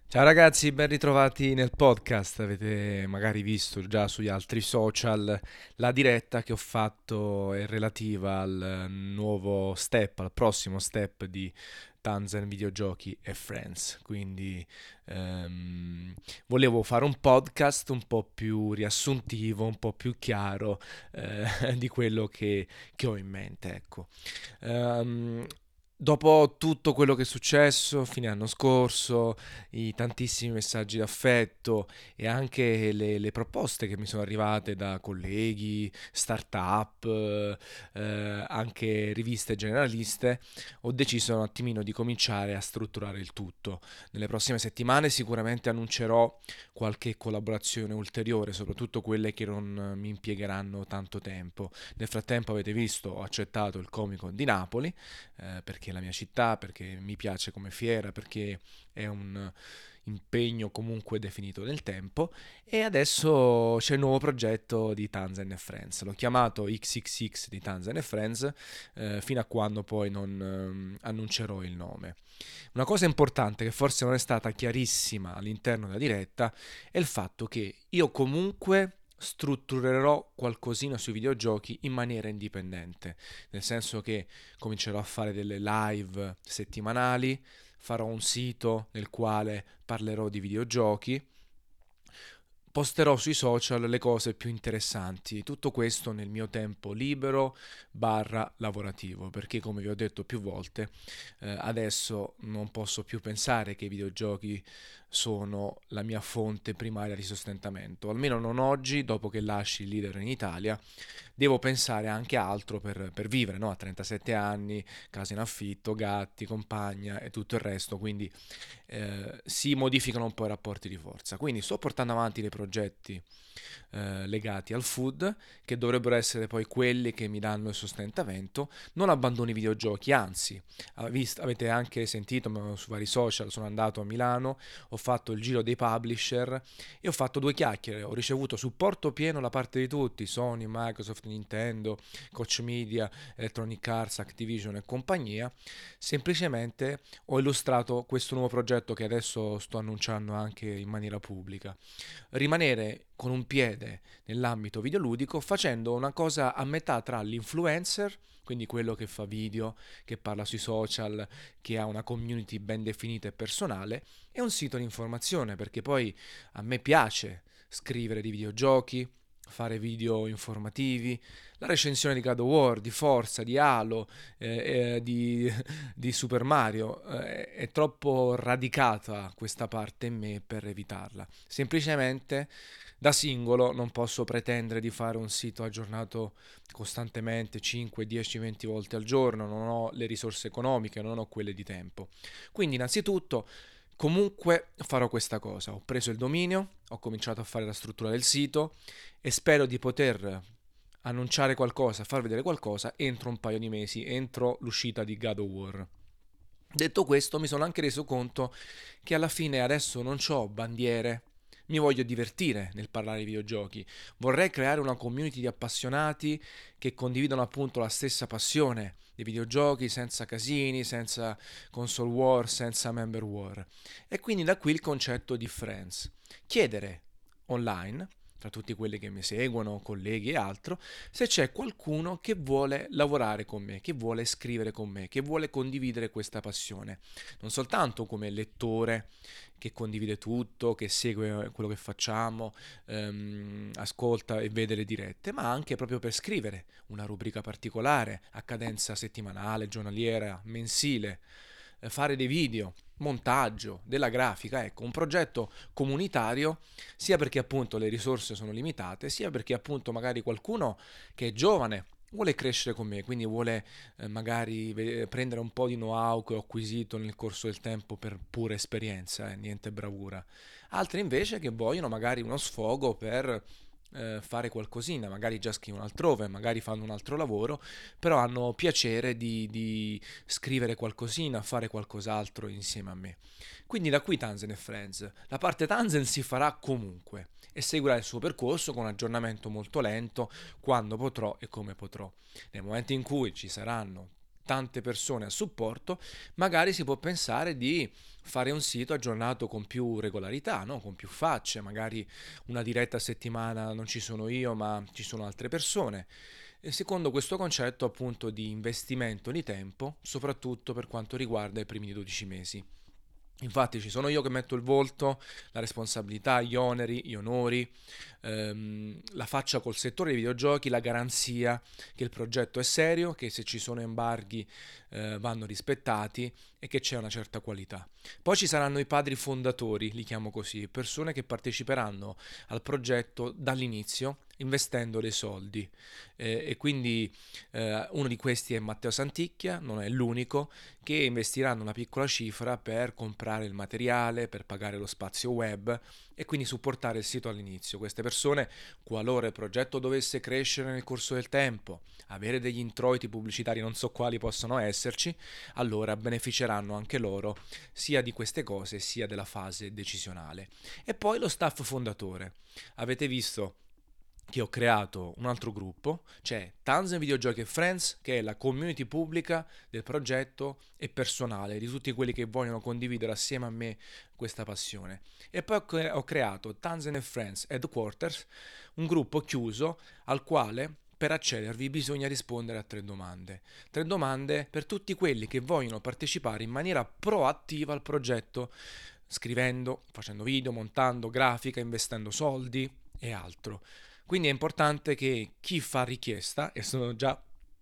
Ciao ragazzi, ben ritrovati nel podcast. Avete magari visto già sugli altri social la diretta che ho fatto è relativa al nuovo step, al prossimo step di Tanzan Videogiochi e Friends. Quindi ehm, volevo fare un podcast un po' più riassuntivo, un po' più chiaro di quello che ho in mente, ecco. Ehm, Dopo tutto quello che è successo fine anno scorso, i tantissimi messaggi d'affetto e anche le proposte che mi sono arrivate da colleghi, start-up, anche riviste generaliste, ho deciso un attimino di cominciare a strutturare il tutto. Nelle prossime settimane sicuramente annuncerò qualche collaborazione ulteriore, soprattutto quelle che non mi impiegheranno tanto tempo. Nel frattempo avete visto, ho accettato il Comic Con di Napoli, perché è la mia città, perché mi piace come fiera, perché è un impegno comunque definito nel tempo e adesso c'è il nuovo progetto di Tanzan Friends. L'ho chiamato XXX di Tanzan Friends fino a quando poi non annuncerò il nome. Una cosa importante che forse non è stata chiarissima all'interno della diretta è il fatto che io comunque strutturerò qualcosina sui videogiochi in maniera indipendente, nel senso che comincerò a fare delle live settimanali, farò un sito nel quale parlerò di videogiochi, posterò sui social le cose più interessanti, tutto questo nel mio tempo libero barra lavorativo, perché come vi ho detto più volte, adesso non posso più pensare che i videogiochi sono la mia fonte primaria di sostentamento, almeno non oggi, dopo che lasci il leader in Italia, devo pensare anche a altro per vivere, no? A 37 anni, casa in affitto, gatti, compagna e tutto il resto, quindi si modificano un po' i rapporti di forza. Quindi sto portando avanti dei progetti legati al food, che dovrebbero essere poi quelli che mi danno il sostentamento. Non abbandono i videogiochi, anzi, avete anche sentito su vari social, sono andato a Milano, ho fatto il giro dei publisher e ho fatto due chiacchiere, ho ricevuto supporto pieno da parte di tutti, Sony, Microsoft, Nintendo, Koch Media, Electronic Arts, Activision e compagnia. Semplicemente ho illustrato questo nuovo progetto che adesso sto annunciando anche in maniera pubblica. Rimanere con un piede nell'ambito videoludico facendo una cosa a metà tra l'influencer, quindi quello che fa video, che parla sui social, che ha una community ben definita e personale, e un sito di informazione, perché poi a me piace scrivere di videogiochi, fare video informativi, la recensione di God of War, di Forza, di Halo, di, di Super Mario, è troppo radicata questa parte in me per evitarla. Semplicemente da singolo non posso pretendere di fare un sito aggiornato costantemente 5, 10, 20 volte al giorno, non ho le risorse economiche, non ho quelle di tempo. Quindi innanzitutto comunque farò questa cosa, ho preso il dominio, ho cominciato a fare la struttura del sito e spero di poter annunciare qualcosa, far vedere qualcosa entro un paio di mesi, entro l'uscita di God of War. Detto questo, mi sono anche reso conto che alla fine adesso non ho bandiere, mi voglio divertire nel parlare di videogiochi. Vorrei creare una community di appassionati che condividono appunto la stessa passione dei videogiochi senza casini, senza console war, senza member war. E quindi da qui il concetto di friends. Chiedere online, tra tutti quelli che mi seguono, colleghi e altro, se c'è qualcuno che vuole lavorare con me, che vuole scrivere con me, che vuole condividere questa passione, non soltanto come lettore che condivide tutto, che segue quello che facciamo, ascolta e vede le dirette, ma anche proprio per scrivere una rubrica particolare a cadenza settimanale, giornaliera, mensile, fare dei video, montaggio, della grafica, ecco, un progetto comunitario, sia perché appunto le risorse sono limitate, sia perché appunto magari qualcuno che è giovane vuole crescere con me, quindi vuole magari prendere un po' di know-how che ho acquisito nel corso del tempo per pura esperienza, niente bravura. Altri invece che vogliono magari uno sfogo per fare qualcosina, magari già scrivono altrove, magari fanno un altro lavoro, però hanno piacere di scrivere qualcosina, fare qualcos'altro insieme a me. Quindi da qui Tanzen e Friends. La parte Tanzen si farà comunque e seguirà il suo percorso con un aggiornamento molto lento quando potrò e come potrò. Nel momento in cui ci saranno tante persone a supporto, magari si può pensare di fare un sito aggiornato con più regolarità, no? Con più facce, magari una diretta a settimana non ci sono io, ma ci sono altre persone. E secondo questo concetto appunto di investimento di tempo, soprattutto per quanto riguarda i primi 12 mesi. Infatti ci sono io che metto il volto, la responsabilità, gli oneri, gli onori, la faccia col settore dei videogiochi, la garanzia che il progetto è serio, che se ci sono embarghi vanno rispettati e che c'è una certa qualità. Poi ci saranno i padri fondatori, li chiamo così, persone che parteciperanno al progetto dall'inizio investendo dei soldi e quindi uno di questi è Matteo Santicchia, non è l'unico, che investiranno una piccola cifra per comprare il materiale, per pagare lo spazio web e quindi supportare il sito all'inizio. Queste persone, qualora il progetto dovesse crescere nel corso del tempo, avere degli introiti pubblicitari, non so quali possono esserci, allora beneficeranno anche loro sia di queste cose sia della fase decisionale. E poi lo staff fondatore. Avete visto che ho creato un altro gruppo, c'è Tanzen Videogiochi e Friends, che è la community pubblica del progetto e personale di tutti quelli che vogliono condividere assieme a me questa passione. E poi ho creato Tanzen e Friends Headquarters, un gruppo chiuso al quale per accedervi bisogna rispondere a 3 domande. 3 domande per tutti quelli che vogliono partecipare in maniera proattiva al progetto, scrivendo, facendo video, montando, grafica, investendo soldi e altro. Quindi è importante che chi fa richiesta, e sono già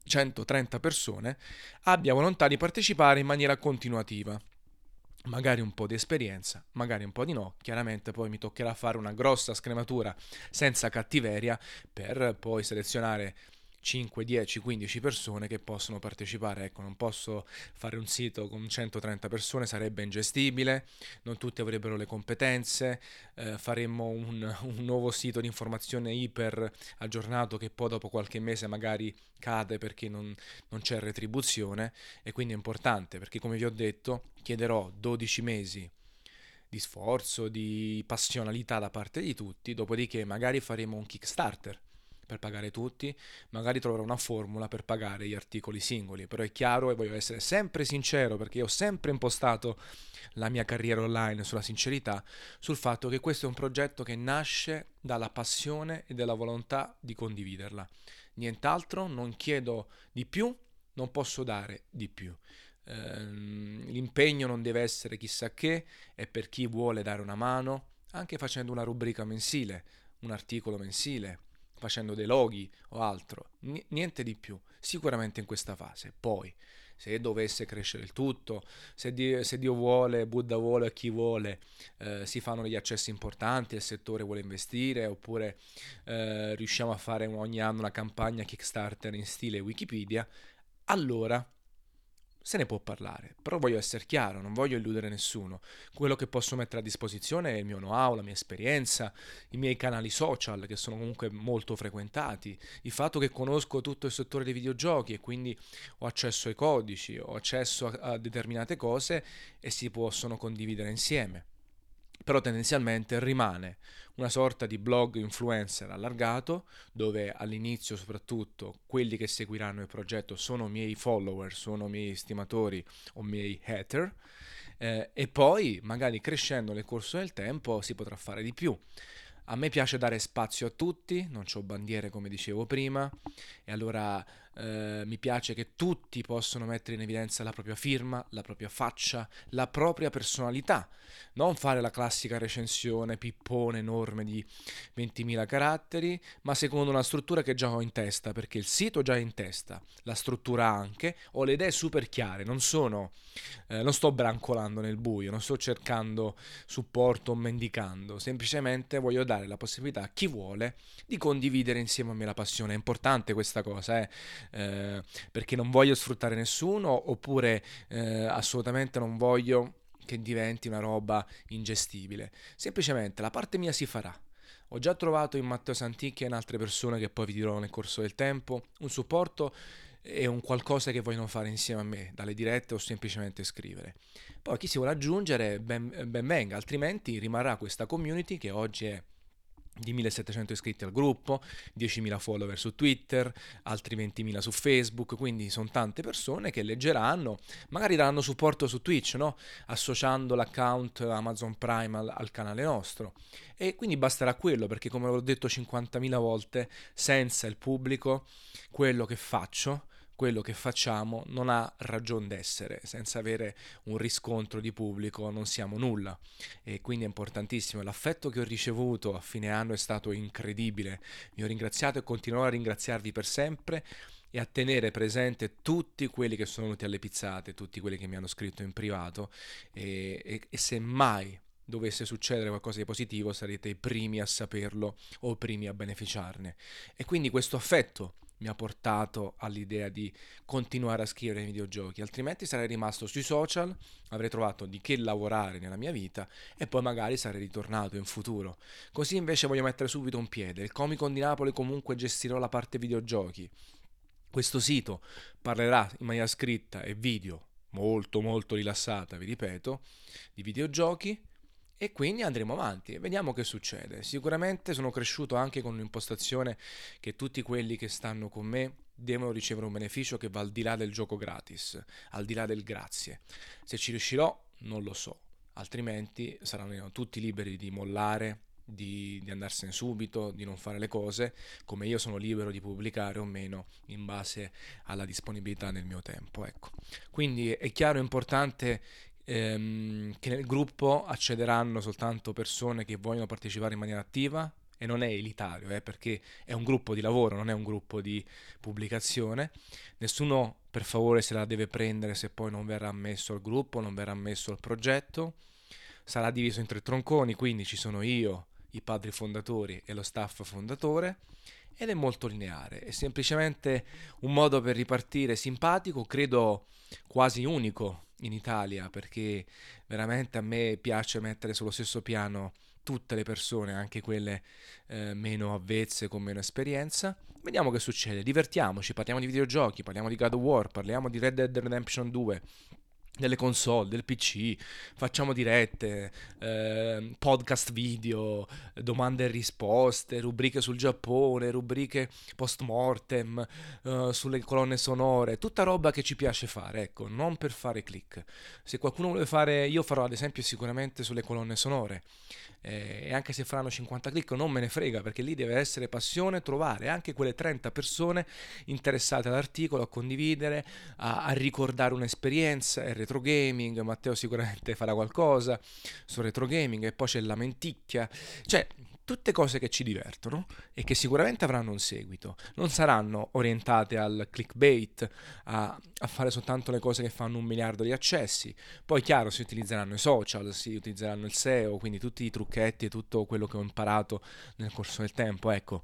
130 persone, abbia volontà di partecipare in maniera continuativa. Magari un po' di esperienza, magari un po' di no, chiaramente poi mi toccherà fare una grossa scrematura senza cattiveria per poi selezionare 5, 10, 15 persone che possono partecipare. Ecco, non posso fare un sito con 130 persone, sarebbe ingestibile, non tutti avrebbero le competenze, faremmo un nuovo sito di informazione iper aggiornato che poi dopo qualche mese magari cade perché non c'è retribuzione e quindi è importante perché come vi ho detto chiederò 12 mesi di sforzo, di passionalità da parte di tutti, dopodiché magari faremo un Kickstarter per pagare tutti, magari troverò una formula per pagare gli articoli singoli, però è chiaro e voglio essere sempre sincero perché io ho sempre impostato la mia carriera online sulla sincerità, sul fatto che questo è un progetto che nasce dalla passione e dalla volontà di condividerla. Nient'altro, non chiedo di più, non posso dare di più. L'impegno non deve essere chissà che, è per chi vuole dare una mano, anche facendo una rubrica mensile, un articolo mensile, facendo dei loghi o altro, niente di più, sicuramente in questa fase. Poi, se dovesse crescere il tutto, se Dio vuole, Buddha vuole, chi vuole, si fanno degli accessi importanti, il settore vuole investire, oppure riusciamo a fare ogni anno una campagna Kickstarter in stile Wikipedia, allora se ne può parlare, però voglio essere chiaro, non voglio illudere nessuno. Quello che posso mettere a disposizione è il mio know-how, la mia esperienza, i miei canali social che sono comunque molto frequentati, il fatto che conosco tutto il settore dei videogiochi e quindi ho accesso ai codici, ho accesso a determinate cose e si possono condividere insieme. Però tendenzialmente rimane una sorta di blog influencer allargato dove all'inizio soprattutto quelli che seguiranno il progetto sono miei follower, sono miei stimatori o miei hater e poi magari crescendo nel corso del tempo si potrà fare di più. A me piace dare spazio a tutti, non ho bandiere come dicevo prima, e allora mi piace che tutti possano mettere in evidenza la propria firma, la propria faccia, la propria personalità. Non fare la classica recensione pippone enorme di 20.000 caratteri, ma secondo una struttura che già ho in testa, perché il sito già è in testa, la struttura anche, ho le idee super chiare, non sto brancolando nel buio, non sto cercando supporto o mendicando, semplicemente voglio dare la possibilità a chi vuole di condividere insieme a me la passione. È importante questa cosa, perché non voglio sfruttare nessuno oppure assolutamente non voglio che diventi una roba ingestibile. Semplicemente la parte mia si farà. Ho già trovato in Matteo Santicchia e in altre persone che poi vi dirò nel corso del tempo un supporto e un qualcosa che vogliono fare insieme a me, dalle dirette o semplicemente scrivere. Poi chi si vuole aggiungere ben venga, altrimenti rimarrà questa community che oggi è di 1700 iscritti al gruppo, 10.000 follower su Twitter, altri 20.000 su Facebook, quindi sono tante persone che leggeranno, magari daranno supporto su Twitch, no? Associando l'account Amazon Prime al canale nostro. E quindi basterà quello, perché come l'ho detto 50.000 volte, senza il pubblico, quello che faccio, quello che facciamo non ha ragione d'essere. Senza avere un riscontro di pubblico non siamo nulla, e quindi è importantissimo. L'affetto che ho ricevuto a fine anno è stato incredibile, vi ho ringraziato e continuerò a ringraziarvi per sempre, e a tenere presente tutti quelli che sono venuti alle pizzate, tutti quelli che mi hanno scritto in privato, e se mai dovesse succedere qualcosa di positivo sarete i primi a saperlo o i primi a beneficiarne. E quindi questo affetto mi ha portato all'idea di continuare a scrivere ai videogiochi, altrimenti sarei rimasto sui social, avrei trovato di che lavorare nella mia vita e poi magari sarei ritornato in futuro. Così invece voglio mettere subito un piede. Il Comic Con di Napoli comunque gestirò la parte videogiochi. Questo sito parlerà in maniera scritta e video molto molto rilassata, vi ripeto, di videogiochi, e quindi andremo avanti e vediamo che succede. Sicuramente sono cresciuto anche con un'impostazione che tutti quelli che stanno con me devono ricevere un beneficio che va al di là del gioco gratis, al di là del grazie. Se ci riuscirò non lo so, altrimenti saranno tutti liberi di mollare, di andarsene subito, di non fare le cose, come io sono libero di pubblicare o meno in base alla disponibilità nel mio tempo. Ecco. Quindi è chiaro e importante che nel gruppo accederanno soltanto persone che vogliono partecipare in maniera attiva, e non è elitario, perché è un gruppo di lavoro, non è un gruppo di pubblicazione. Nessuno per favore se la deve prendere se poi non verrà ammesso al gruppo, non verrà ammesso al progetto. Sarà diviso in 3 tronconi, quindi ci sono io, i padri fondatori e lo staff fondatore, ed è molto lineare, è semplicemente un modo per ripartire simpatico, credo quasi unico in Italia, perché veramente a me piace mettere sullo stesso piano tutte le persone, anche quelle meno avvezze, con meno esperienza. Vediamo che succede, divertiamoci, parliamo di videogiochi, parliamo di God of War, parliamo di Red Dead Redemption 2, delle console, del PC, facciamo dirette, podcast video, domande e risposte, rubriche sul Giappone, rubriche post mortem, sulle colonne sonore, tutta roba che ci piace fare, ecco, non per fare click. Se qualcuno vuole fare, io farò ad esempio sicuramente sulle colonne sonore, e anche se faranno 50 click non me ne frega, perché lì deve essere passione trovare anche quelle 30 persone interessate all'articolo, a condividere, a ricordare un'esperienza. Il retro gaming, Matteo sicuramente farà qualcosa sul retro gaming, e poi c'è la menticchia, cioè tutte cose che ci divertono e che sicuramente avranno un seguito, non saranno orientate al clickbait, a fare soltanto le cose che fanno 1 miliardo di accessi. Poi chiaro, si utilizzeranno i social, si utilizzeranno il SEO, quindi tutti i trucchetti e tutto quello che ho imparato nel corso del tempo, ecco.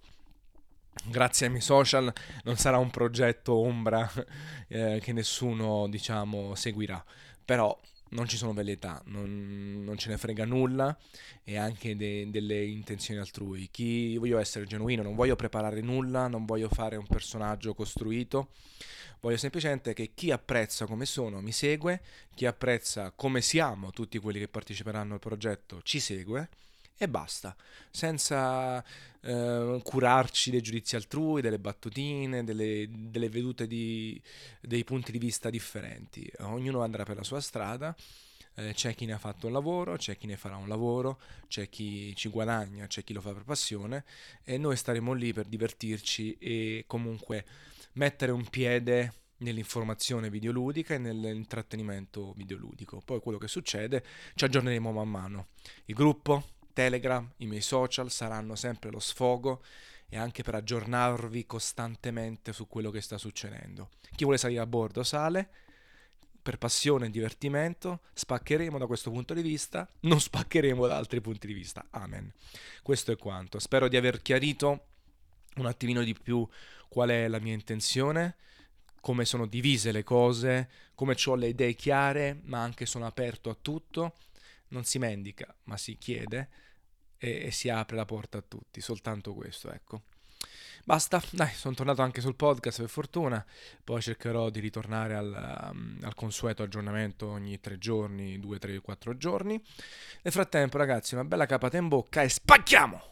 Grazie ai miei social non sarà un progetto ombra che nessuno, diciamo, seguirà, però non ci sono velleità, non ce ne frega nulla, e anche delle intenzioni altrui. Voglio essere genuino, non voglio preparare nulla, non voglio fare un personaggio costruito, voglio semplicemente che chi apprezza come sono mi segue, chi apprezza come siamo tutti quelli che parteciperanno al progetto ci segue, e basta, senza curarci dei giudizi altrui, delle battutine, delle vedute dei punti di vista differenti. Ognuno andrà per la sua strada, c'è chi ne ha fatto un lavoro, c'è chi ne farà un lavoro, c'è chi ci guadagna, c'è chi lo fa per passione, e noi staremo lì per divertirci e comunque mettere un piede nell'informazione videoludica e nell'intrattenimento videoludico. Poi quello che succede ci aggiorneremo man mano. Il gruppo Telegram, i miei social saranno sempre lo sfogo, e anche per aggiornarvi costantemente su quello che sta succedendo. Chi vuole salire a bordo sale, per passione e divertimento, spaccheremo da questo punto di vista, non spaccheremo da altri punti di vista. Amen. Questo è quanto. Spero di aver chiarito un attimino di più qual è la mia intenzione, come sono divise le cose, come ho le idee chiare, ma anche sono aperto a tutto. Non si mendica, ma si chiede, e si apre la porta a tutti, soltanto questo, ecco. Basta, dai, sono tornato anche sul podcast per fortuna, poi cercherò di ritornare al consueto aggiornamento ogni 3 giorni, 2, 3, 4 giorni. Nel frattempo ragazzi, una bella capata in bocca e spacchiamo!